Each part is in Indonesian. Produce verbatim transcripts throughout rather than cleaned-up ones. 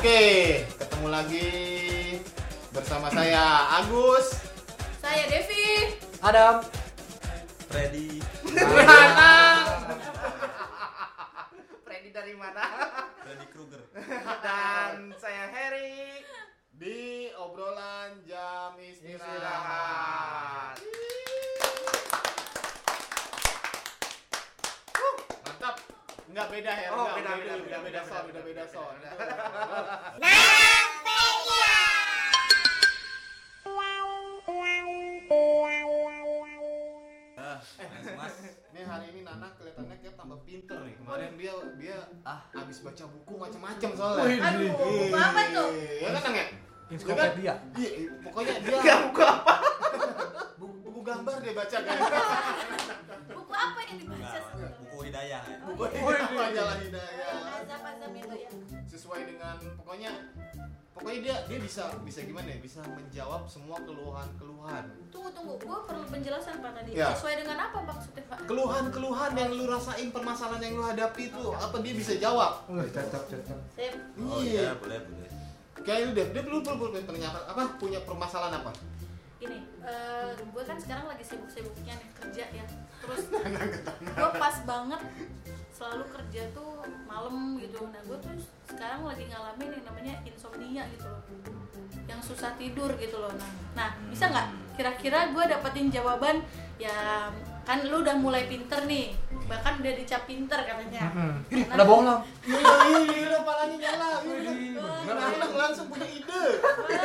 Oke, ketemu lagi bersama saya Agus, saya Devi, Adam, Freddy. Mana? Freddy dari mana? Freddy Krueger. Dan saya Harry di obrolan jam istirahat. Uh, mantap. Enggak beda ya, Oh, enggak beda, beda, beda, beda, beda beda, sound, beda, beda beda sound. Ah, Mas. Ini hari ini Nana kelihatannya kayak tambah pinter nih. Kemarin dia dia Ah. habis baca buku macam-macam soalnya. Wih, aduh, buku apa tuh? Ya kan Nang ya? Ensiklopedia. Iya, pokoknya dia Gak buku apa? buku, buku gambar dia baca kan. Buku apa yang dibaca Enggak, sebenarnya? buku hidayah ya. Buku majalah hidayah. Azab-azab itu ya. Sesuai dengan pokoknya pokoknya dia dia bisa bisa gimana ya? Bisa menjawab semua keluhan-keluhan. Tunggu tunggu, gue perlu penjelasan Pak tadi. Ya. Sesuai dengan apa maksudnya Pak? Keluhan-keluhan yang lu rasain, permasalahan yang lu hadapi itu apa dia bisa jawab? Wih, cocok, cocok. Sip. Oh iya, boleh, boleh. Kayak lu deh, dia belum belum belum ternyata apa punya permasalahan apa? Gini, eh gue kan sekarang lagi sibuk-sibuknya nih kerja ya. Terus gue pas banget selalu kerja tuh malam gitu. Nah gue tuh sekarang lagi ngalamin yang namanya insomnia gitu loh, yang susah tidur gitu loh. Nah, nah bisa nggak kira-kira gue dapetin jawaban ya? Kan lu udah mulai pinter nih, bahkan udah dicap pinter katanya. Ih, Karena- ada bohlam. Iya iya iya palanya nyala. Wah, Anak langsung punya ide.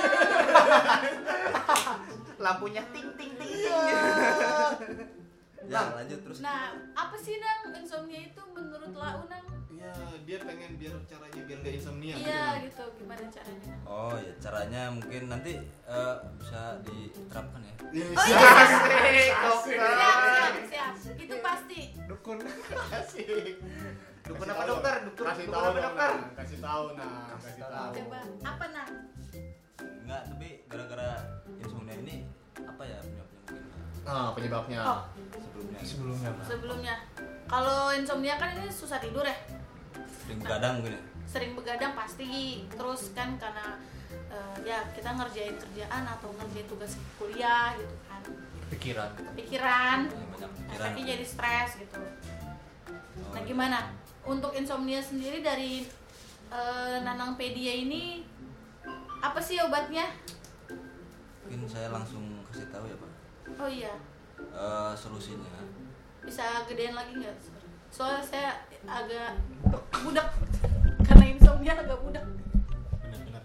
Lampunya ting ting ting. Iya. Ya, lanjut terus. Nah, apa sih Nang insomnia itu menurut Lau Nang? Iya, dia pengen biar caranya biar nggak insomnia. Iya gitu, gimana caranya? Nang? Oh ya, caranya mungkin nanti eh, bisa diterapkan ya. Iya, Oh iya, siap. asik, dokter. Siap, siap, siap. Itu pasti. Dukun. Asik. Dukun Kasih apa tahu. dokter? Dukun Kasih dukun tahu apa dong, dokter? Nang. Kasih tahu nah, kasih tahu. Coba, apa Nang? Enggak, tapi gara-gara insomnia ini apa ya penyebabnya mungkin Ah, penyebabnya. Oh, sebelumnya Sebelumnya, Pak. sebelumnya. Kalau insomnia kan ini susah tidur ya, sering begadang mungkin ya. sering begadang pasti. Terus kan karena eh, ya kita ngerjain kerjaan atau ngerjain tugas kuliah gitu kan, Pikiran. pikiran, Yang banyak pikiran. efeknya jadi stres gitu. Oh, Nah gimana untuk insomnia sendiri dari eh, Nanang Pedia ini apa sih obatnya? mungkin saya langsung kasih tahu ya, Pak. Oh iya, Eh, solusinya bisa gedein lagi nggak? Soalnya saya agak budak karena insomnia agak budak. Benar-benar.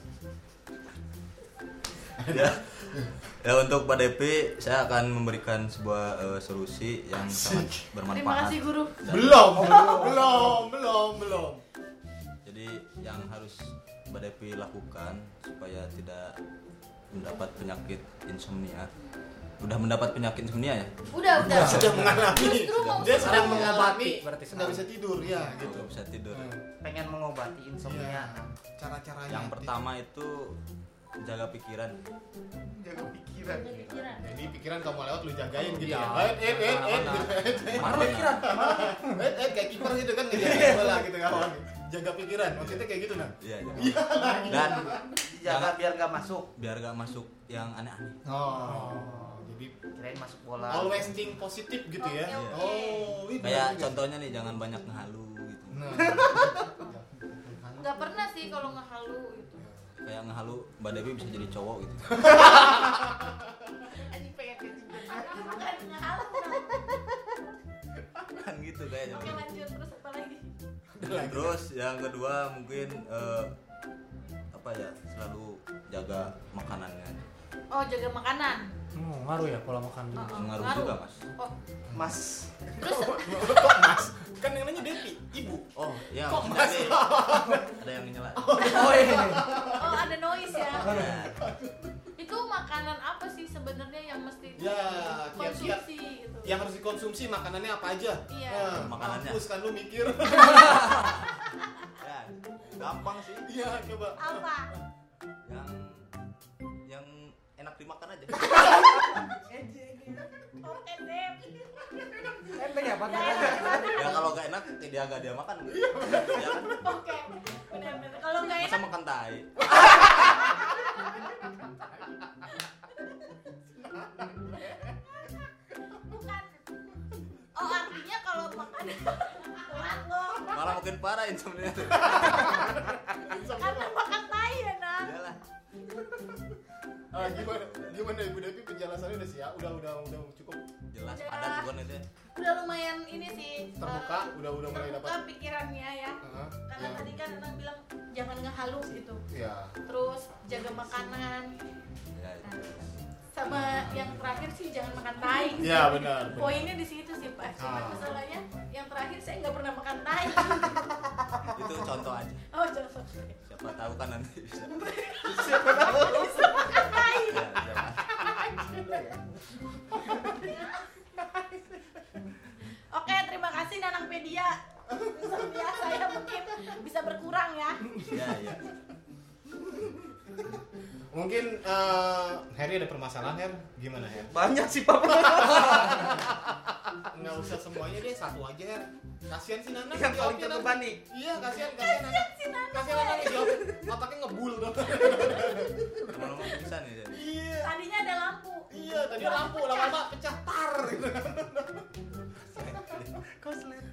ya. Ya untuk Pak Devi saya akan memberikan sebuah eh, solusi yang sangat bermanfaat. Terima kasih guru. Dan- Belum, belum, belum, belum. Jadi yang harus Mbak Devi lakukan supaya tidak mendapat penyakit insomnia. Udah mendapat penyakit insomnia ya? Udah udah. Sudah mengalami. Justru mau Dia sembuh. sedang mengalami, Berarti nggak sedang. bisa tidur ya, gitu. Belum bisa tidur. Pengen mengobati Iya. insomnia. Cara-caranya. Yang pertama itu jaga pikiran. jaga pikiran. Jaga pikiran. Jadi pikiran kamu lewat lu jagain gitu. Iya. Eh, eh, eh, eh, eh. Mana pikiran? Eh, eh, kayak kiper gitu kan ngejagain bola gitu kawan. Jaga pikiran. Maksudnya kayak gitu nah. Iya. Dan Jaga biar nggak masuk. biar gak masuk yang aneh-aneh. Oh, jadi Kirain masuk bola. always think positif gitu ya. Oke, oke. Oh, ini Kayak bagus. contohnya nih jangan banyak ngehalu gitu. Nah. Nggak pernah sih kalau ngehalu gitu. Kayak ngehalu Mbak Devi bisa jadi cowok gitu. Anjing pengen kayak gitu. Bukan ngehalu. Kan gitu kayaknya. Oke lanjut terus apa lagi? Terus yang kedua mungkin eh, apa ya selalu jaga makanannya. Oh jaga makanan. Oh, ngaruh ya pola makan dulu. Oh, Mengaruh ngaruh. juga mas. Oh Mas. terus Kok Mas? Kan yang nanya Devi, ibu. Oh iya. Kok maksudnya mas? nih, ada yang nyela. Oh iya. oh ada noise ya. Nah, Itu makanan apa sih sebenarnya yang mesti Ya, kiat-kiat konsumsi gitu? yang harus dikonsumsi makanannya apa aja? Iya. Nah, Makanannya. mampus kan lu mikir. ya, gampang sih. Iya, coba. Apa? Yang yang enak dimakan aja. Oh endem. Enteng ya, Pak? Ya kalau gak enak dia gak dia makan gitu. Ya kan? Oke. Benar-benar. Kalau nggak enak Masa makan tai? Bukan. Oh, artinya kalau makan telat loh. Malah makin parah insomnia tuh. Karena makan tai ya, Nak. Iyalah. Ah, gimana? Gimana Ibu Devi penjelasannya udah siap? Udah udah udah cukup Jelas Udah. padat juga nih. Udah lumayan ini sih. terbuka, eh, udah udah mulai terbuka dapat. pikirannya ya. Heeh. Karena Ya. tadi kan Enang bilang jangan ngehalus gitu. Ya. Terus jaga makanan. Ya, itu. Sama yang terakhir sih jangan makan tai. Ya, benar. benar. Poinnya di situ sih Pak. Cuma Ah. masalahnya yang terakhir saya nggak pernah makan tai. Itu contoh aja. Oh contoh. Siapa tahu kan nanti bisa. Makan tai. Ya, ya. Oke, terima kasih Nanangpedia. Insomnia saya mungkin bisa berkurang ya. Ya, ya. Mungkin eh Heri ada permasalahan, Her? Gimana, Her? Banyak sih Pak. Nggak usah semuanya deh, satu aja, Her. Kasihan si Nana. Yang paling terbebani. Iya, kasihan, kasihan Nana. Si Nana. Kasihan Nana ngejawabin, otaknya ngebul dong. Lama-lama bisa nih. Ya. Iya. Tadinya ada lampu. Iya, tadi lampu lama-lama pecah tar gitu. Koslet.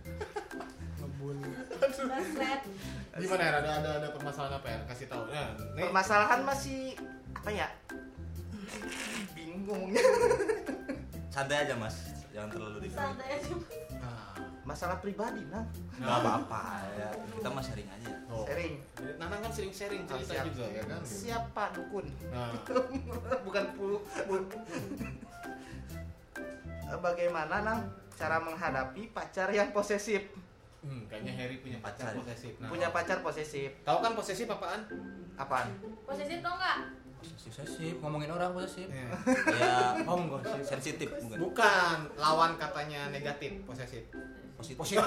Basret. Gimana, Her? Ada ada ada permasalahan apa, Her? Kasih tahu. Nah, nih. Permasalahan masih apa ya? Bingung ngomongnya. Santai aja mas, jangan terlalu dikit. Santai aja. Nah, Masalah pribadi, Nang. Nggak apa-apa ya, kita mah sharing aja. oh. Sharing. Nana kan sering sharing cerita Siap. juga ya kan? Siapa dukun? Nah, Bukan pu, pu- Bagaimana Nang cara menghadapi pacar yang posesif? hmm, kayaknya Heri punya pacar Pacar. posesif. Nah, Punya pacar posesif. tahu kan posesif apaan? Apaan? Posesif tau nggak? Posesif, ngomongin orang posesif. Ya. Ya, Oh enggak sih. sensitif mungkin. Bukan, lawan katanya negatif, posesif. Positif. Positif.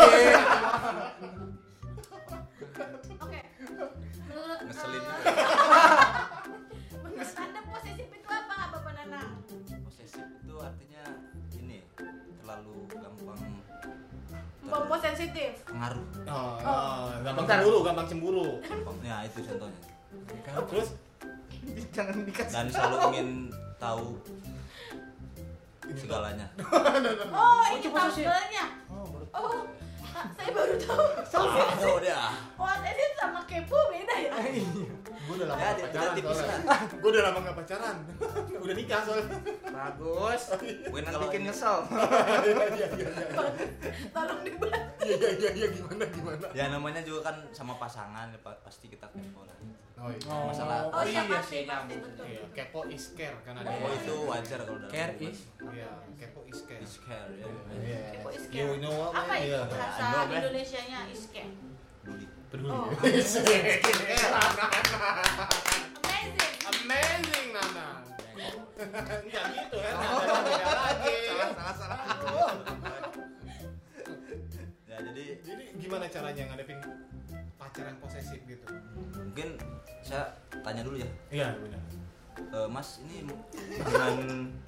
Oke. Menurut Ngeselin eh, juga. menurut Anda posesif itu apa, Bapak Nanang? Posesif itu artinya ini terlalu gampang Bapak sensitif. pengaruh. Oh, oh, gampang Bentar. cemburu, gampang cemburu. Gampang. Ya itu contohnya. Terus Jangan dikasih. Dan selalu ingin tahu segalanya. Oh, ini cuma tahu posesif. segalanya. Oh, baru. Oh, ah, saya baru tahu. Oh dia. Posesif sama kepo beda ya? gue udah lama Ya, gak dia pacaran tipis soalnya. lah. Gue udah lama gak pacaran. Udah nikah soalnya. Bagus. Mungkin Nggak kalau bikin ini- nyesel. Iya, iya, iya, iya. Tolong dibantu. Iya, iya, iya, iya, gimana, gimana? Ya namanya juga kan sama pasangan ya, pa- pasti kita kepo lah. Oh, iya. Oh, Masalah- Oh iya iya pasti, sih, pasti nyambung. betul. Iya, kepo is care kan ada. Kepo itu wajar kalau dalam Care hubungan. is Iya, kepo is care. is care ya. Iya. Kepo is You care. know what? Apa man? itu Iya. bahasa Ando, man. Indonesianya is care? Peduli. Peduli. Oh. Skincare. Amazing. Amazing, Nana. Enggak gitu ya. Nana beda lagi. Salah, salah, salah. Ya jadi Jadi gimana caranya ngadepin pacar yang posesif gitu? mungkin saya tanya dulu ya. Iya, benar. Eh, Mas ini dengan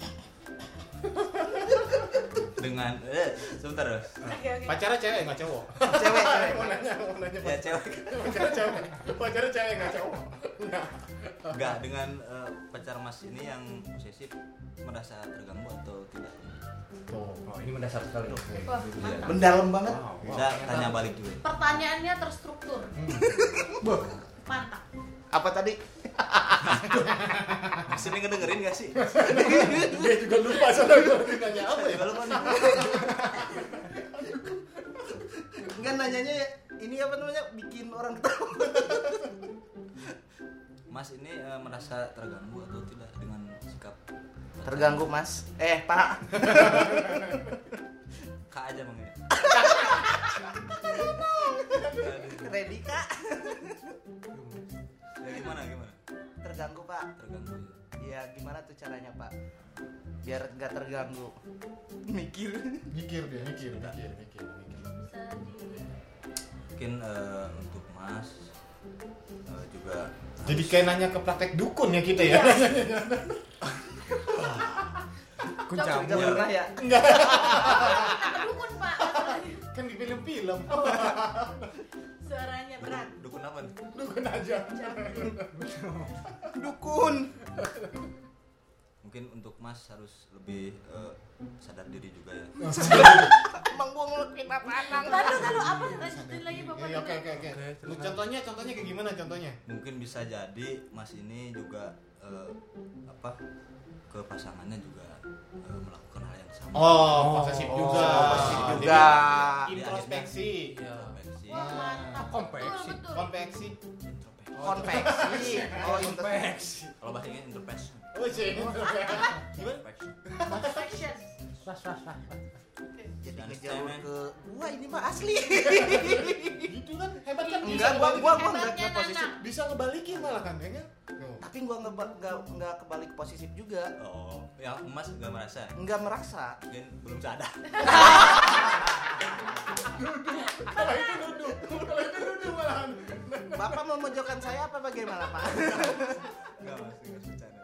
dengan eh sebentar Mas. Oke oke. Pacarnya cewek nggak cowok? Cewek, cewek. Mau nanya, mau nanya. Ya cewek. Pacarnya cewek. Pacarnya cewek nggak cowok? Nggak. Enggak dengan eh, pacar Mas ini yang posesif merasa terganggu atau tidak? Tuh. Oh, ini mendasar sekali. Wah, mantap. Mendalam banget. Wow, Saya tanya balik juga. Pertanyaannya terstruktur. Mantap. Apa tadi? Mas ini ngedengerin gak sih? Dia juga lupa soalnya gue nanya apa ya? Juga lupa nih. Enggak nanyanya ya. Ini apa namanya? Bikin orang ketawa. Mas ini eh, merasa terganggu atau tidak dengan sikap pacar? Terganggu, Mas. Eh, Pak. Kak aja manggilnya. Ready, Kak? Ya gimana gimana? Terganggu, Pak. Terganggu ya. Ya, gimana tuh caranya, Pak? Biar nggak terganggu. Mikir. Mikir dia, mikir, mikir, mikir, mikir. Bisa di Mungkin eh, untuk Mas eh, juga Jadi kayak nanya ke praktek dukun ya kita ya? Kun Coba. campur. Nggak pernah ya? Kita kedukun Pak. masalahnya. Kan di film-film. Suaranya berat. Dukun apa nih? Dukun aja. Dukun. Mungkin untuk Mas harus lebih eh, sadar diri juga ya. Emang gua ngelakuin apaan? Tadi kalau apa lanjutin lagi Bapak. Ya, oke oke oke. Lu contohnya contohnya kayak gimana contohnya? Mungkin bisa jadi Mas ini juga eh, apa ke pasangannya juga eh, melakukan hal yang sama. Oh, posesif juga. posesif Jadi, juga. Introspeksi. Iya. Introspeksi. Wah, mantap. Konveksi. Betul, betul. Konveksi. Konveksi. Oh, Konveksi. Kalau bahasa Inggris introspeksi. Oh, sih. Gimana? Introspeksi. Perfection. jadi ngejauh ke gua ini mah asli. Gitu kan hebat kan? Bisa Enggak, gua gua gua enggak Hebatnya ke posisi. Nana. bisa ngebalikin malah kan ya kan? Tuh. Tapi gua enggak enggak enggak kebalik posisif juga. Oh, yang Mas nggak merasa? Enggak merasa. Mungkin belum sadar. Kalau itu duduk, kalau itu duduk malahan. Bapak memojokkan saya apa bagaimana, Pak? Enggak Mas, enggak bercanda.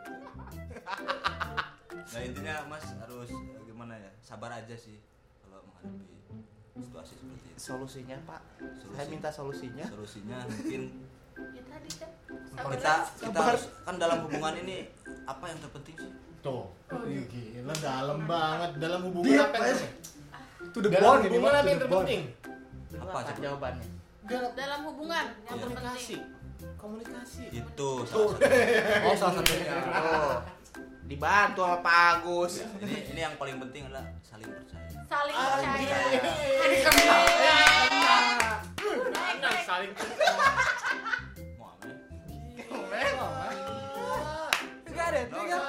Nah intinya Mas harus eh, gimana ya? Sabar aja sih kalau menghadapi situasi seperti itu. Solusinya, Pak. Solusi. Saya minta solusinya. Solusinya mungkin Ya tadi kan. kita kita harus kan dalam hubungan ini apa yang terpenting sih? Tuh. Ih, gila dalam banget dalam hubungan apa sih? Itu the Dalam bond ini, hubungan Mas, apa to yang the bond. terpenting? Apa Apa coba? jawabannya? Dalam hubungan yang Komunikasi. terpenting. Komunikasi. Itu Tuh. salah satu. Oh, salah satunya. Oh. Dibantu sama Pak Agus. Ini ini yang paling penting adalah saling percaya. Saling Anjir. percaya. Ini kena. Naik, Nah, naik. saling Mau apa? ya? Enggak ada.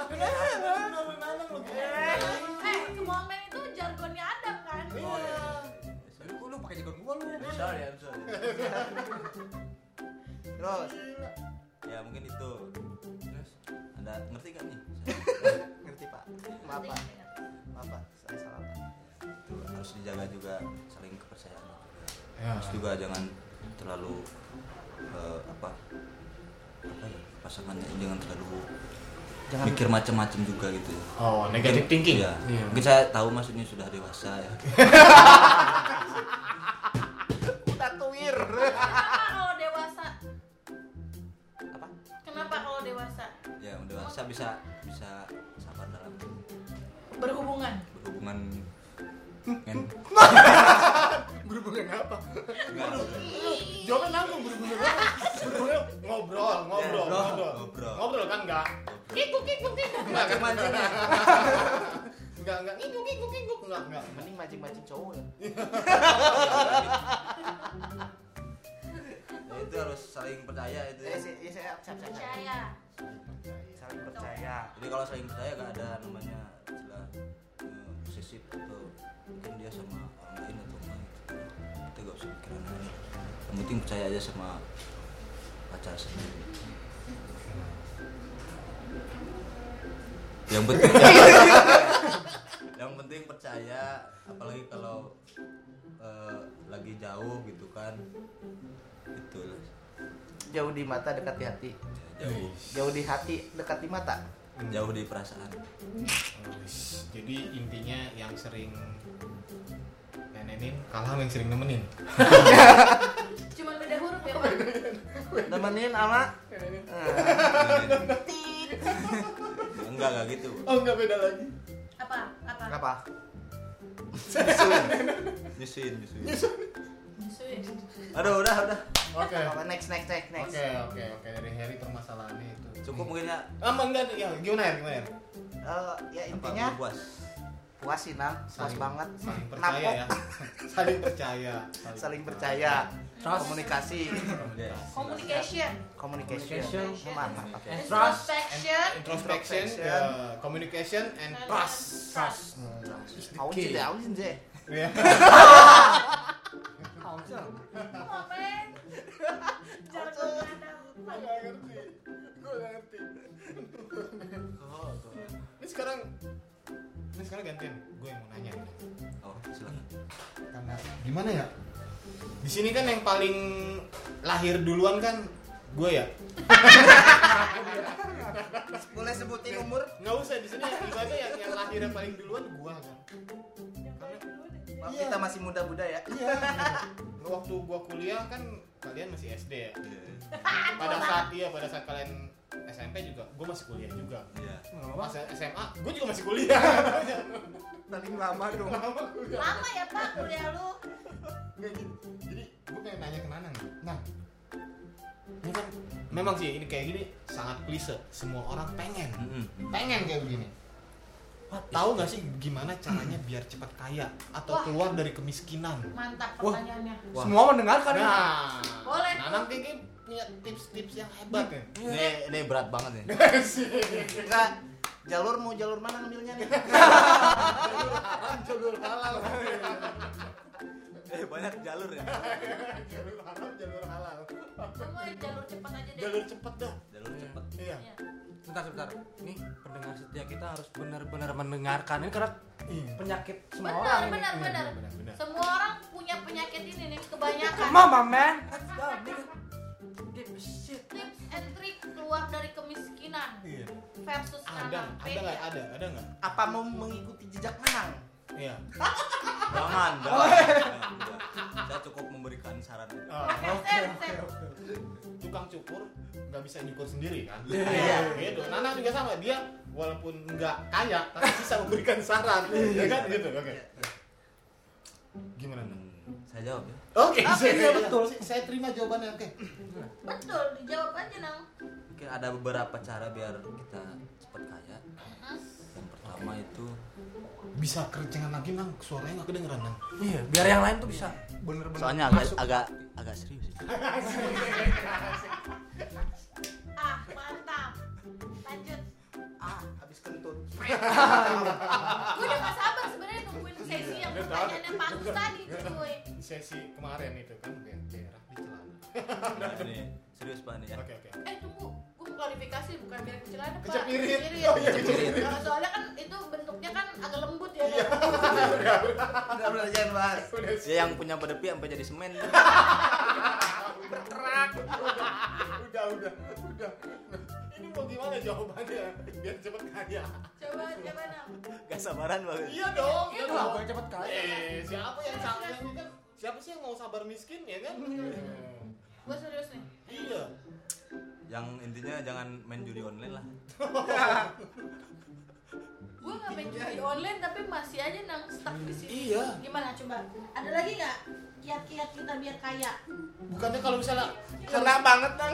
Eh, ke momen itu jargonnya Adam kan? Oh ya. Lu lu pakai jagon gua lu. Sorry, I'm sorry. Terus Ya mungkin itu. Terus Anda ngerti gak nih? ngerti, Pak. Maaf, Pak. Maaf, Pak. Saya salah, Pak. Itu harus dijaga juga saling kepercayaan juga. Ya. Terus juga jangan terlalu eh, apa apa ya pasangannya jangan terlalu Jangan mikir macam-macam juga gitu ya. Oh, negative thinking. Iya. Iya. Mungkin saya tahu maksudnya sudah dewasa ya. udah tuir. Kenapa kalau dewasa? Apa? Kenapa kalau dewasa? Ya dewasa bisa bisa sabar dalam Berhubungan. berhubungan men. Berhubungan apa? Enggak. Jawabnya nanggung berhubungan apa? Berhubungan ngobrol, ngobrol, Ya, ngobrol. ngobrol. Ngobrol kan enggak? Kikuk, kikuk, kikuk. Enggak kan? Mancing-mancing ya. Enggak, enggak. Kikuk, kikuk, kikuk. Enggak, enggak. Mending mancing-mancing cowok ya. Ya, itu harus saling percaya itu ya. Eh, saya- ya, saya siap, siap, siap. Percaya. Saling percaya. Jadi kalau saling percaya gak ada namanya istilah eh, posesif atau mungkin dia sama orang lain atau enggak gitu. Kita gak usah mikirin ini. Yang penting percaya aja sama pacar sendiri. Yang penting yang penting percaya, apalagi kalau eh, lagi jauh gitu kan. Itu Jauh di mata, dekat di hati. jauh Jauh di hati, dekat di mata. jauh di perasaan. Jadi intinya yang sering nenenin kalah sama yang sering nemenin. Cuman beda huruf ya, Pak. Nemenin sama Enggak enggak gitu. Oh, enggak beda lagi. Apa? Apa? apa? Nyusuin, nyusuin. Suit. Aduh, udah, udah. Oke. Apa? Next, next, next, next. Oke, oke, oke. Dari Harry permasalahannya itu. Cukup mungkin ya. Ah, enggak, ya gimana ya, gimana ya? Eh, ya Apa, intinya lu puas. puas sih, Nang. Puas Saling- banget. Saling percaya Napok. ya. Saling percaya. Saling percaya. Trust. Komunikasi. Yes. Communication. Communication. Communication. Mantap, Pak. And trust. Introspection. Introspection, Introspection. ya, communication and trust. Trust. Awas sih deh, awas sih. Iya. Momen. Jargonnya Adam. Gua nggak ngerti. Gua nggak ngerti. Ini sekarang ini sekarang gantian. Gue yang mau nanya. nih. Oh, silakan. Karena gimana ya? Di sini kan yang paling lahir duluan kan gue ya. Boleh sebutin umur? Nggak usah di sini ibaratnya yang yang lahir yang paling duluan gue kan. Maaf, Iya. kita masih muda-muda ya. Iya. Waktu gue kuliah kan kalian masih S D ya. Iya. Pada saat iya pada saat kalian S M P juga, gue masih kuliah juga. Iya. Pas S M A, gue juga masih kuliah. Paling lama dong. Lama kuliah. Lama ya Pak kuliah lu. Nggak, gitu. Jadi gue pengen nanya ke Nanang. Nah, ini kan memang sih ini kayak gini sangat klise. Semua orang pengen, Mm-mm. pengen kayak begini. Tahu nggak sih gimana caranya biar cepat kaya atau Wah. keluar dari kemiskinan? Mantap Wah. pertanyaannya. Wah. Semua mendengarkan ini. Nah, Boleh. Nanang kayak punya tips-tips yang hebat ya. Ini ini berat banget nih. Enggak, jalur mau jalur mana ngambilnya nih? Jalur halal. Eh banyak jalur ya. Jalur halal, jalur halal. Semua jalur cepat aja deh. Jalur cepet dah. Jalur cepat. Iya. Iya. Sebentar, sebentar. Nih, pendengar setia kita harus benar-benar mendengarkan ini karena Iya. penyakit semua Benar, orang ini. benar, Iya, benar. benar, benar. Semua orang punya penyakit ini nih kebanyakan. Mama man. Let's go, nigga. Deep shit. Tips and trick keluar dari kemiskinan Iya. versus Ada, Nanang. ada nggak? Ada, ada nggak? Apa mau mengikuti jejak Nanang? Iya. Jangan, jangan. Jangan, jangan. Saya cukup memberikan saran. Ah, Oke, oke. tukang cukur nggak bisa nyukur sendiri kan? Iya. Gitu. Nana juga sama, dia walaupun nggak kaya tapi bisa memberikan saran, ya kan? Gitu. Oke. Gimana Nana? Hmm, saya jawab ya. Oke, Ah, saya, iya, betul. Saya terima jawabannya. Oke. Betul, dijawab aja Nang. Mungkin ada beberapa cara biar kita cepat kaya. Yang pertama itu Bisa kerencengan lagi nang, suaranya nggak kedengeran nang. Iya, biar yang lain tuh bisa bener-bener soalnya agak masuk. agak agak serius. Ya. Ah, mantap. Lanjut. Ah, habis kentut. Gue udah gak sabar sebenarnya nungguin sesi yang Udah tahu. pertanyaannya bagus tadi tuh gue. Sesi kemarin itu kan kayak daerah di celana. Nah, ini serius Pak nih ya. Oke oke. Eh tunggu, gue mau klarifikasi bukan biar kecilan Pak. Kecepirit. Kecepirit. Oh, iya, kecepirit. Nah, soalnya kan itu bentuknya kan agak lembut ya. Iya. Udah udah jangan bahas. Udah Dia yang punya bedepi sampai jadi semen. berkerak. Udah udah udah. Ini mau gimana jawabannya biar cepet kaya? Coba coba Nang. Gak sabaran banget. Iya dong. Iya dong. Kenapa cepet kaya? Eh, siapa yang sabar ini kan? Siapa sih yang mau sabar miskin ya kan? Gue serius nih. Iya. Yang intinya jangan main judi online lah. Gue gak main judi online tapi masih aja Nang stuck di sini. Iya. Gimana coba? Ada lagi nggak kiat-kiat kita biar kaya? Bukannya kalau misalnya Kena banget nang.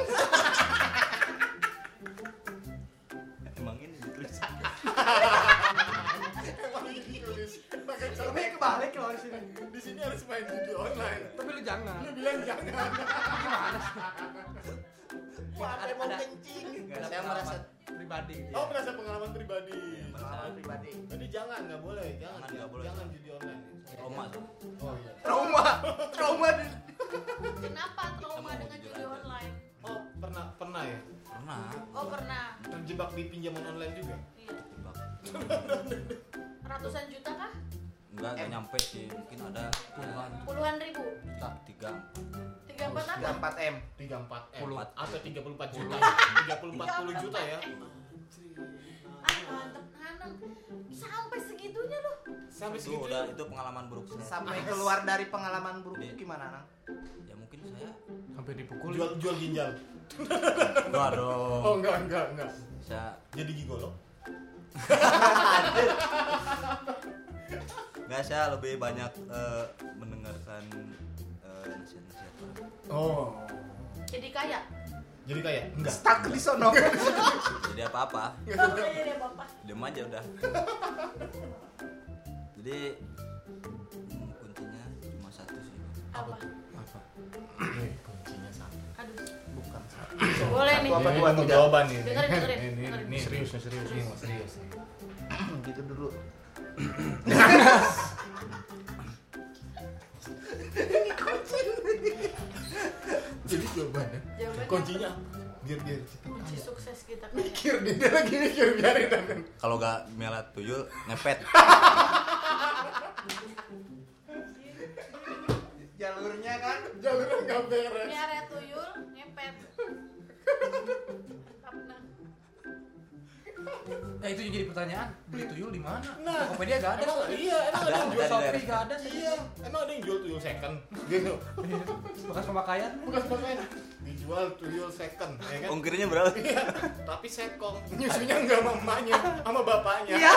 Emang ini ditulis. emang ini ditulis pakai Tapi contek. kebalik kalau di sini. Di sini harus main judi online. Tapi lu jangan. Lu bilang jangan. Gimana sih? Sampai mau ada- kencing. Ada Saya merasa Pribadi. Oh, merasa pengalaman pribadi. pengalaman pribadi. Jadi jangan, nggak boleh, jangan, Jangan, nggak boleh. jangan judi online. Trauma tuh. Oh iya. Trauma, trauma di. Kenapa trauma Kamu dengan jujur judi aja. online? Oh pernah, pernah ya. Pernah. Oh pernah. Terjebak di pinjaman online juga. Iya. Bak. Ratusan juta kah? Enggak, enggak nyampe sih. Mungkin ada puluhan Puluhan ribu? juta, tiga. Tiga empat apa? empat M. tiga puluh empat M Puluh. atau tiga puluh empat juta. tiga puluh empat puluh juta ya. Ah mantep Nanang. Sampai segitunya loh. Sampai Itu segitu. udah itu pengalaman buruk saya. Sampai keluar dari pengalaman buruk itu gimana nang? Ya mungkin saya Sampai dipukul. Jual jual ginjal. enggak dong. Oh enggak enggak enggak. Saya Jadi gigolo. enggak, saya lebih banyak eh, mendengarkan eh, nasihat-nasihat orang. Oh. Jadi kaya. Jadi kayak enggak. Stuck di sono. Jadi apa-apa, Oh iya deh bapak. diam aja udah. Jadi hmm, kuncinya cuma satu sih. Apa? Apa? Eh, kuncinya satu. Aduh. Bukan satu. Boleh nih. Apa Ini tuh, mau Anu? jawaban nih. Dengerin, dengerin, Ini, ini, dengerin. ini Serius nih, serius. Ini mau serius nih. Gitu dulu. Jadi jawabannya. Jawabannya Kuncinya apa? Biar biar kita Kunci kaya. sukses kita kaya. Mikir dia, dia lagi mikir biarin dan. Kalau nggak melat tuyul ngepet. Jalurnya kan. Jalurnya nggak beres. Miara tuyul ngepet. Mantap Nang. Nah itu jadi pertanyaan, beli tuyul di mana? Nah, Tokopedia nggak ada. Emang iya, emang ada, Ada, yang jual ada di Shopee daerah. nggak ada sih. Iya, emang ada yang jual tuyul second gitu. Bekas pemakaian. Bukan pakaian, dijual tuyul second, ya kan? Ongkirnya berapa? Iya, tapi sekong, nyusunya nggak sama emaknya, sama bapaknya. Iya.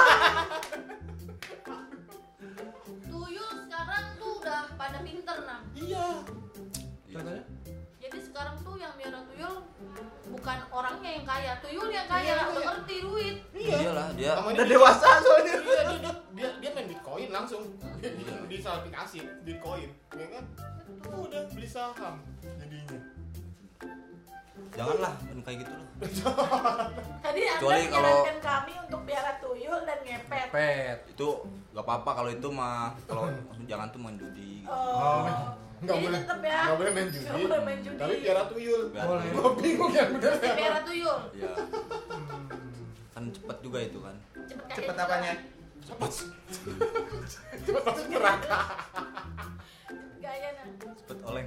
Tuyul sekarang tuh udah pada pinter nah. Iya. Contohnya? Jadi sekarang tuh yang miara tuyul bukan orangnya yang kaya, tuyul yang kaya, Iya, udah iya. ngerti duit. Iyalah dia. Sama Udah dia- dewasa soalnya. Iya, dia, dia, dia, dia main bitcoin langsung di aplikasi bitcoin, ya kan? Udah beli saham jadinya. Janganlah kan kayak gitu loh. Tadi Anda Kecuali kalau- menyarankan kami untuk piara tuyul dan ngepet. Pet. Itu gak apa-apa kalau itu mah kalau jangan tuh main judi. Oh. Nggak Jadi boleh, tetap ya. nggak boleh main judi. Nggak boleh main judi. Tapi piara tuyul. Boleh. Gua bingung yang bener. Mesti piara tuyul. Iya. Kan cepet juga itu kan. Cepet kaya Cepet juga. apanya? Cepet, cepet masuk neraka. Gaya nah. Cepet oleng.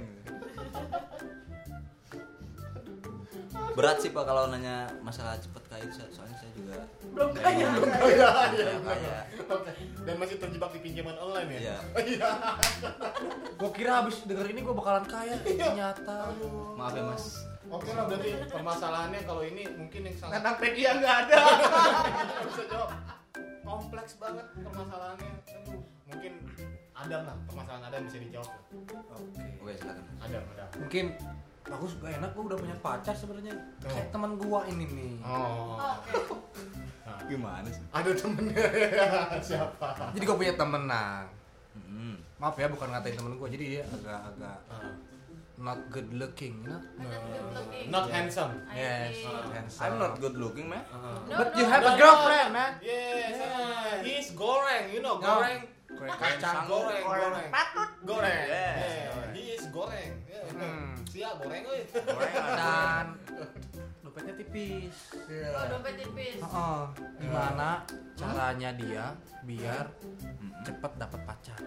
Berat sih Pak kalau nanya masalah cepet kaya itu, soalnya saya juga Belum kaya. Belum kaya, iya. Belum kaya. Oke. Dan masih terjebak di pinjaman online ya? Iya. Iya. Gua kira habis denger ini gua bakalan kaya, ternyata. Maaf ya Mas. Oke lah, berarti permasalahannya kalau ini mungkin yang sangat Kadang media nggak ada. nggak bisa jawab. Kompleks banget permasalahannya. Aduh, mungkin Adam lah, permasalahan Adam bisa dijawab. Oke. Oke silakan. Adam, Adam. Mungkin bagus gak enak, gua udah punya pacar sebenarnya. Oh. Kayak teman gua ini nih. Oh. Oke. Nah, Gimana sih? ada temennya siapa? Jadi gua punya temen nah. Hmm. Maaf ya bukan ngatain temen gua, jadi dia agak-agak Ah. not good looking, you know? Not good looking. Not handsome. Yes, I see. not handsome. I'm not good looking man. Ah. No, But no. you have No, a no. girlfriend, man. Yes, ah, he's goreng, you know, No. goreng. Goreng Kacang kacang. goreng, goreng. Patut. Goreng. Yes, Yeah, goreng. he is goreng. Yeah. Hmm. Siap goreng euy. Dan dompetnya tipis. Oh, dompet tipis. Oh, gimana caranya dia biar cepet dapat pacar?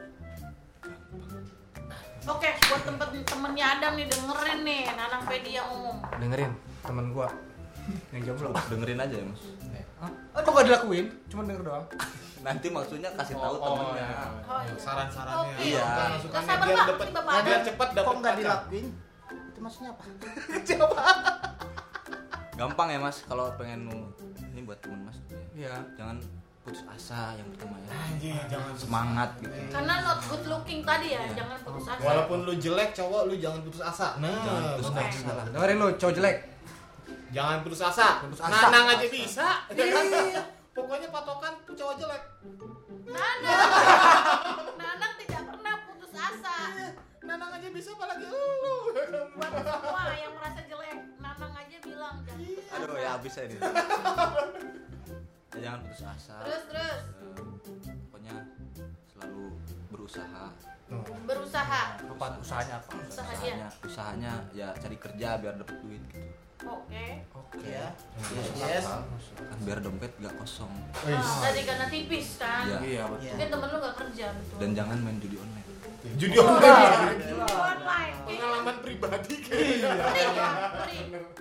Oke, buat tempat temennya Adam nih dengerin nih, Nanang Pedia ngomong. Dengerin temen gua yang jomblo. Dengerin aja ya Mas. Hah? Kok gak dilakuin? Cuma denger doang. Nanti maksudnya kasih tahu temennya. ya. Oh, iya. Saran-sarannya. Oke, Iya. oke. Masukannya Sabar, biar Pak. dapat Ini Bapak biar Adam. cepat Kok dapat nggak pacar. dilakuin? Itu maksudnya apa? Gampang ya Mas kalau pengen nu- ini buat temen Mas tuh ya. Iya. Jangan putus asa yang pertama ya. Anjir, jangan Semangat gitu. Karena not good looking tadi ya, Iya. jangan putus asa. Walaupun lu jelek cowok, lu jangan putus asa. Nah, Jangan putus benar. asa lah. Dengerin lu, cowok jelek. Jangan putus asa. Putus asa. Nanang aja bisa. Ya kan? Pokoknya patokan tuh cowok jelek. Nanang, Nanang tidak pernah putus asa. Nanang aja bisa apalagi lu. Buat semua yang merasa jelek, Nanang aja bilang jangan putus asa. Aduh ya habis saya ini. Ya, jangan putus asa. Terus terus Eh, pokoknya selalu berusaha. berusaha. Apa usahanya apa? Usaha dia. Usahanya, usahanya ya cari kerja biar dapet duit gitu. Oke. Oke. Ya. Yes. Kan biar dompet gak kosong. Oh, tadi karena tipis kan. Iya. Iya, betul. Mungkin temen lu gak kerja betul. Dan jangan main judi online. Judi online. Judi online. Pengalaman pribadi kayaknya. Ngeri ya, ngeri.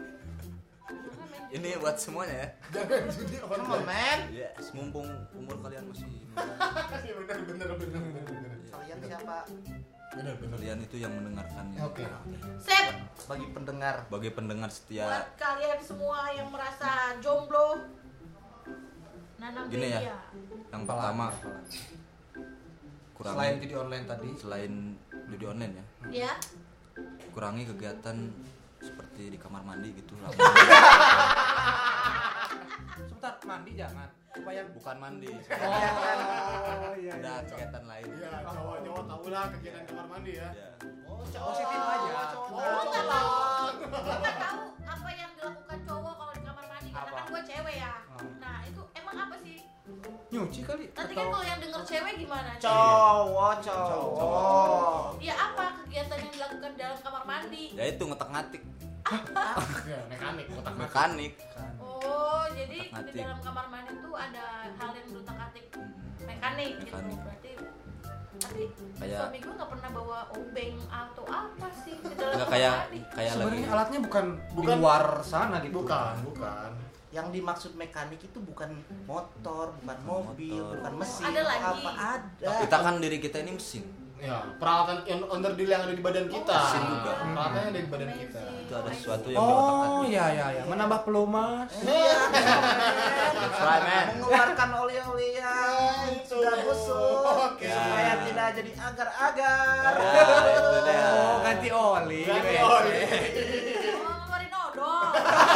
Ini buat semuanya ya. Jangan judi Come on, online. man. Ya, mumpung umur kalian masih muda. Iya benar benar benar benar. Kalian siapa? Benar benar. Kalian itu yang mendengarkannya. Oke. Sep, Bagi pendengar. Sebagai pendengar setia. Buat kalian semua yang merasa jomblo, Nanang Gini ya. Pedia. Yang pertama kurangi Selain judi online tadi, selain judi online ya. Ya. Kurangi kegiatan seperti di kamar mandi gitu lah. sebentar mandi jangan. Supaya Bukan mandi. Oh, iya. Ada kegiatan lain. Iya, cowok-cowok tahu lah kegiatan kamar mandi ya. Ya. Oh, Positif aja. cowok Oh, tahu. nggak tahu. Gue nggak tahu apa yang dilakukan cowok kalau di kamar mandi. Karena Apa? kan gue cewek ya. Hmm. Nah itu emang apa sih? Nyuci kali Nanti kan kalau yang denger cewek gimana? Cowok, cowok. Ya apa kegiatan yang dilakukan dalam kamar mandi? Ya itu ngotak-ngatik, Ya, mekanik, otak mekanik. mekanik. Oh, jadi di Otak-atik. dalam kamar mandi tuh ada hal yang berutak-atik Mm-mm. mekanik, gitu. Mekanik. Berarti tapi Kayak- suami gue nggak pernah bawa obeng atau apa sih di dalam Enggak kamar kayak mandi. kayak lagi sebenarnya alatnya bukan, Bukan. di luar sana gitu. Bukan, bukan. Yang dimaksud mekanik itu bukan motor, bukan mobil, motor. bukan mesin, Ada lagi. apa ada. Kita kan diri kita ini mesin. Ya, peralatan yang under deal yang ada di badan kita. Mesin juga. Peralatannya ada di badan kita. Itu ada sesuatu yang di otak Oh hati. iya iya iya, menambah pelumas. Iya, Right, man. mengeluarkan oli-oli yang sudah busuk Oke. supaya tidak jadi agar-agar. Ya, itu dia. Oh, ganti oli. Ganti Weh. oli. Oh, ngeluarin odol.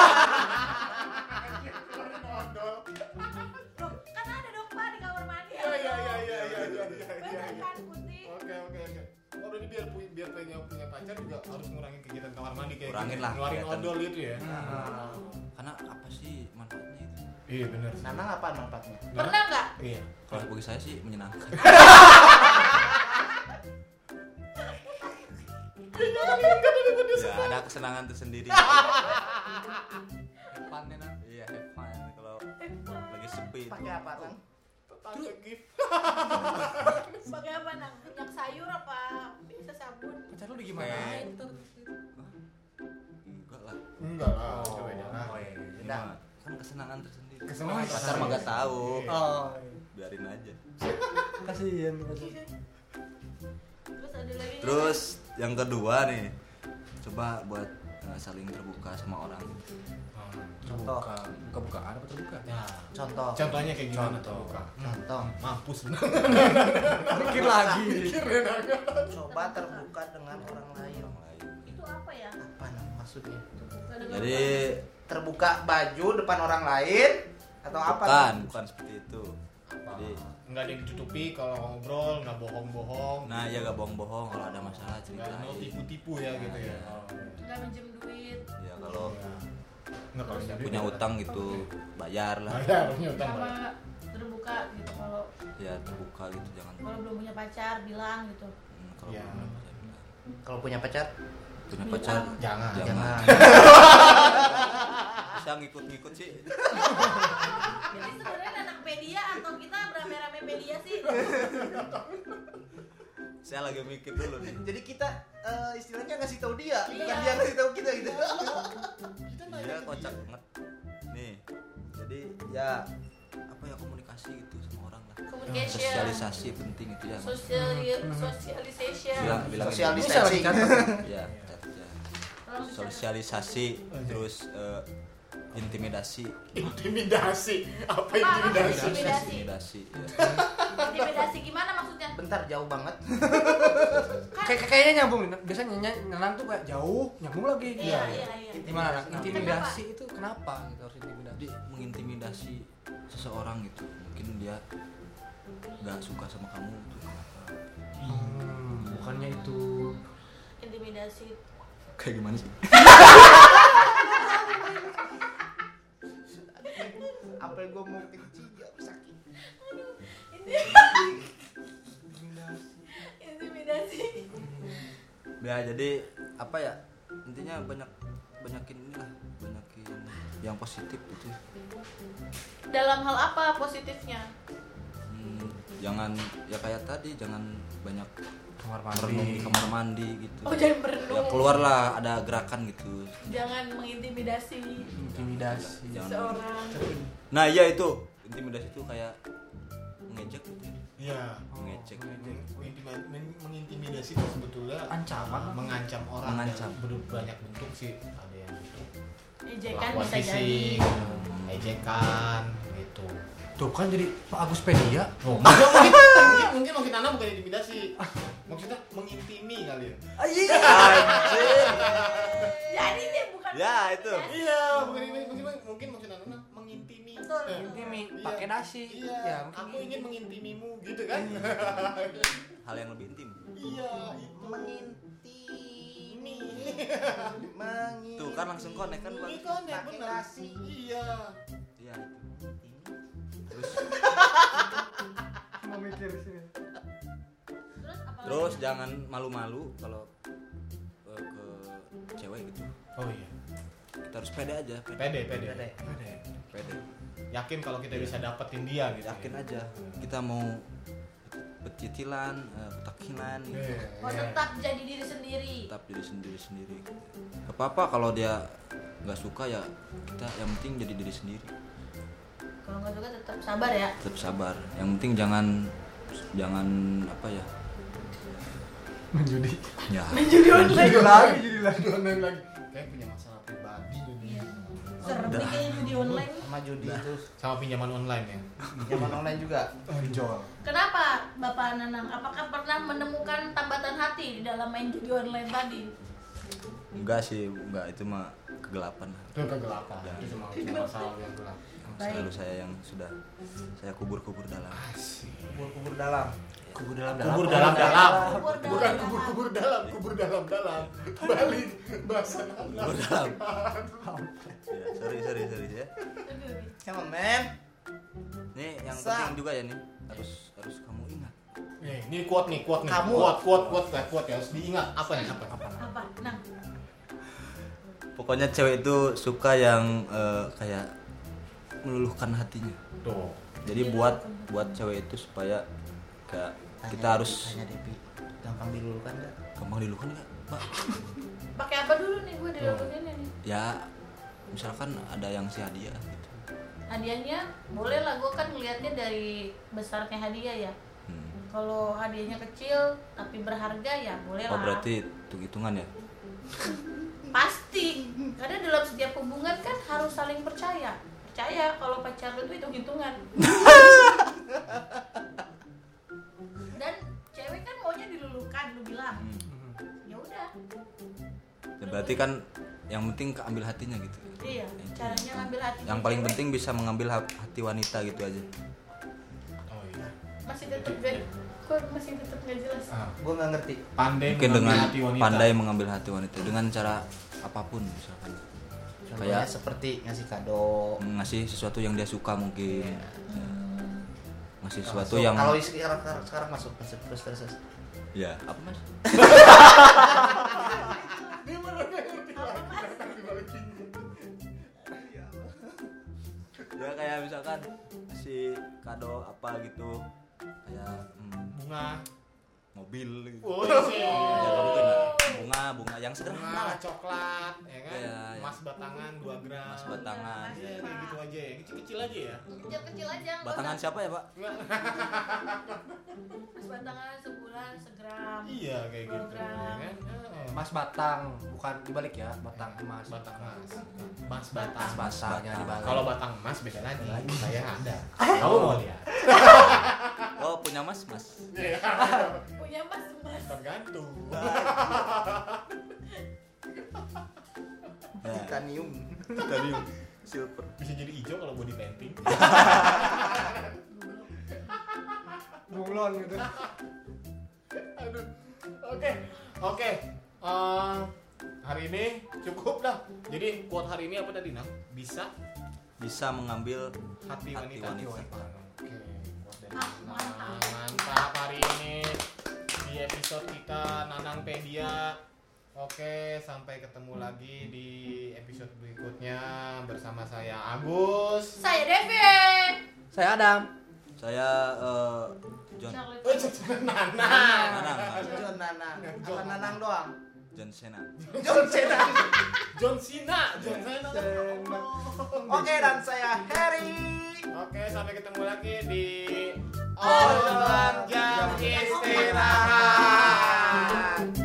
Odol. Loh, kan ada dong Pak di kamar mandi. Iya iya iya iya iya iya iya. Bener kan putih. Oke oke oke. Oh berarti biar pu- biar punya punya pacar juga harus ngurangin kegiatan kamar mandi kayak Kurangin gitu. lah Ngeluarin kegiatan. odol itu ya. Nah, Karena apa sih manfaatnya itu? Iya benar. Nanang apa manfaatnya? Pernah nggak? Iya. Kalau bagi saya sih menyenangkan. Ya, ada kesenangan tersendiri. Depannya nang. Iya, have fun kalau lagi sepi itu. Pakai apa, Nang? Tante gift. Pakai apa nang? Minyak sayur apa? Bisa sabun. Pacar lu di gimana? Kayak- Itu. Enggak lah. Enggak lah. Oh, Coba jangan. oh, iya. Ini Udah. mah kan kesenangan tersendiri. Kesenangan Pacar tersendiri. mah gak tahu. Iya. Oh, Biarin aja. kasihan. Terus ada lagi. Terus yang kedua nih, coba buat eh, saling terbuka sama orang. Contoh. Buka, buka bukaan apa terbuka? Ya. Contoh. Contohnya kayak gimana Contoh. tuh, Kak? Contoh. Mampus. Pikir lagi. Coba terbuka dengan orang lain. Orang lain. Itu apa ya? Apa Nang maksudnya? Jadi Terbuka baju depan orang lain atau apa? bukan, Nang? bukan seperti itu. Jadi Nggak ada yang ditutupi kalau ngobrol, nggak bohong-bohong. nah ya gak bohong-bohong kalau ada masalah Nggak cerita. mau tipu-tipu ya gitu ya. Nggak minjem duit. Ya kalau Nggak kalau jadi punya utang gitu bayar lah. bayar punya utang Sama bayar. terbuka gitu kalau Ya terbuka gitu jangan. kalau belum punya pacar bilang gitu. Hmm, kalau Ya. belum saya bilang. Kalau punya pacar? Punya pacar Jangan. jangan. Jangan. Bisa ngikut-ngikut sih. Jadi sebenarnya anak media atau kita berame-rame media sih? Saya lagi mikir dulu nih. Jadi kita eh, istilahnya ngasih tahu dia, bukan Iya. dia ngasih tahu kita gitu. Dia kocak banget. Nih. Jadi ya apa ya komunikasi gitu sama orang lah. Communication. Sosialisasi penting itu ya. Social socialization. Bilang bilang Social gitu. distancing. Ya, catat ya. Tolong dicatat. Sosialisasi terus eh, intimidasi. Intimidasi. Apa Apa? intimidasi? Intimidasi. Intimidasi. Ya. Intimidasi gimana maksudnya? Bentar jauh banget. Kayak kayaknya nyambung nih. Biasanya ny- nyenang tuh kayak jauh, nyambung lagi. Iya iya iya. Gimana? Nang? Intimidasi itu kenapa gitu harus intimidasi? Jadi mengintimidasi seseorang gitu. Mungkin dia nggak suka sama kamu tuh kenapa? Hmm, bukannya itu. Intimidasi. Kayak gimana sih? Apa yang gue mau kencing ya sakit. Intimidasi. Ya jadi apa ya? Intinya banyak banyakin inilah, banyakin yang positif gitu. Dalam hal apa positifnya? Hmm, jangan ya kayak tadi jangan banyak Kamar merenung di mandi. kamar mandi gitu. Oh jangan Ya berenung. keluarlah ada gerakan gitu. Jangan mengintimidasi Intimidasi. Jangan. seorang. Nah iya itu intimidasi itu kayak mengejek gitu. ya. Iya. Mengejek. Mengintima- men- Mengintimidasi itu sebetulnya Ancaman. uh, mengancam orang. Mengancam. Ber- banyak bentuk sih. Ada yang bentuk Ejekan perlakuan bisa jadi. fisik, ejekan gitu. Tuh kan jadi Pak Agus Pedia. Oh, mungkin, mungkin mungkin maksud Nana bukan intimidasi. Maksudnya mengintimi kali ya. Anjir. Jadi dia bukan. Ya itu. Iya, bukan ini mungkin mungkin maksud Nana mengintimi. Betul. Eh, Intimi, iya. pakai nasi. Iya, Ya, mungkin aku ingin mengintimimu gitu kan. Hal yang lebih intim. Iya, itu. Mengintimi. Tuh kan langsung connect kan Bang. Ini kan ya Pakai benar. nasi. Iya. Iya itu. Terus mau mikir sih. Terus apa? terus jangan malu-malu kalau eh, ke cewek gitu. Oh iya. Kita harus pede aja, pede. Pede, pede. Pede. Pede. Yakin kalau kita bisa dapetin dia gitu. Yakin aja kita mau pecicilan, uh, petakilan gitu. Oh, tetap jadi diri sendiri. Tetap jadi sendiri-sendiri. Gak apa-apa kalau dia nggak suka ya kita yang penting jadi diri sendiri. Kalau nggak suka tetap sabar ya. Tetap sabar. Yang penting jangan jangan apa ya? Menjudi. Ya. Judi online. Judi lagi, judi lagi, judi online lagi. Kayak punya masalah pribadi jadi. Serem nih kayaknya judi online. Sama judi itu Sama pinjaman online ya. pinjaman online juga. Pinjol. Kenapa Bapak Nanang? Apakah pernah menemukan tambatan hati di dalam main judi online tadi? Enggak sih, enggak itu mah kegelapan. Itu kegelapan. Itu cuma masalah yang gelap. Selalu saya yang sudah saya kubur-kubur dalam. Asik. Kubur-kubur dalam. Kubur dalam Kubur dalam-dalam. Kubur Bukan dalam. kubur-kubur dalam, kubur dalam-dalam. Balik bahasa Kubur dalam. Ya, sorry sorry sorry ya. Come on man. Nih yang Sa- penting juga ya nih harus harus kamu ingat. Nih, ini quote nih, quote nih. Kamu. Quote, quote, quote, quote, quote ya harus diingat. Apa nih? Apa? Apa? Apa? Nang. Pokoknya cewek itu suka yang eh, kayak meluluhkan hatinya. Tuh. Jadi buat buat cewek itu supaya kayak kita harus tanya Depi. Gampang dilulukan enggak? gampang diluluhkan nggak, Pak? Pakai apa dulu nih gue diluluhin nih? Ya misalkan ada yang si hadiah gitu. Hadiahnya boleh lah, gue kan ngelihatnya dari besarnya hadiah ya. Hmm. Kalau hadiahnya kecil tapi berharga ya boleh Oh lah. berarti hitung hitungan ya? Pasti. Karena dalam setiap hubungan kan harus saling percaya. Percaya kalau pacar lu tuh hitung-hitungan. Dan cewek kan maunya dilulukan, lu bilang. Hmm. Ya udah. Ya, berarti kan yang penting keambil hatinya gitu. Iya, caranya ngambil hati. Yang paling penting bisa mengambil ha- hati wanita gitu aja. Oh iya. Masih tetap gak, kok masih tetap gak jelas. Ah, Gua enggak ngerti. pandai Mungkin mengambil dengan hati wanita. pandai mengambil hati wanita dengan cara apapun misalkan Contohnya Kayak- seperti ngasih kado. ngasih sesuatu yang dia suka mungkin. Ya. Ngasih sesuatu So, yang kalau sekarang sekarang, sekarang masuk masuk terus terus. terus. ya apa Mas? Dia baru ngerti lagi. Dibalikin. Ya kayak misalkan ngasih kado apa gitu kayak hmm, Bunga. mobil gitu. Oh iya. Ya nggak mungkin lah. bunga bunga yang sederhana Bunga, lah. coklat, ya kan? Iya, iya. Emas batangan dua gram. Mas batangan. Ya, kayak gitu aja ya. Kecil-kecil aja ya. Kecil-kecil aja. nggak Batangan usah. siapa ya Pak? Mas batangan sebulan segram. Iya kayak gitu. Program. Ya kan? Eh, Mas batang, bukan dibalik ya, batang emas. batang emas. Emas batang. Mas batangnya dibalik. Kalau batang emas beda lagi. Saya ada. Kamu mau lihat? Oh punya Mas Mas. Punya mas mas. Tergantung. Ya. Titanium. Titanium silver. Bisa jadi hijau kalau body painting. Bunglon gitu. Aduh. Oke. Oke. Eh, hari ini cukup lah. Jadi quote hari ini apa tadi, Nam? Bisa Bisa mengambil hati Hati wanita. wanita. Oke. Quote dari Ah, Nam. mantap. Mantap hari ini di episode kita Nanangpedia. Oke, sampai ketemu lagi di episode berikutnya bersama saya Agus. Saya Devi. Saya Adam. saya eh, John Charlie. Oh, Nanang. Nanang, John Nanang. Apa Nanang doang? John Cena. John Cena. John Cena. John Cena. Oke, dan saya Harry. Oke, sampai ketemu lagi di Obrolan Jam Jam Istirahat.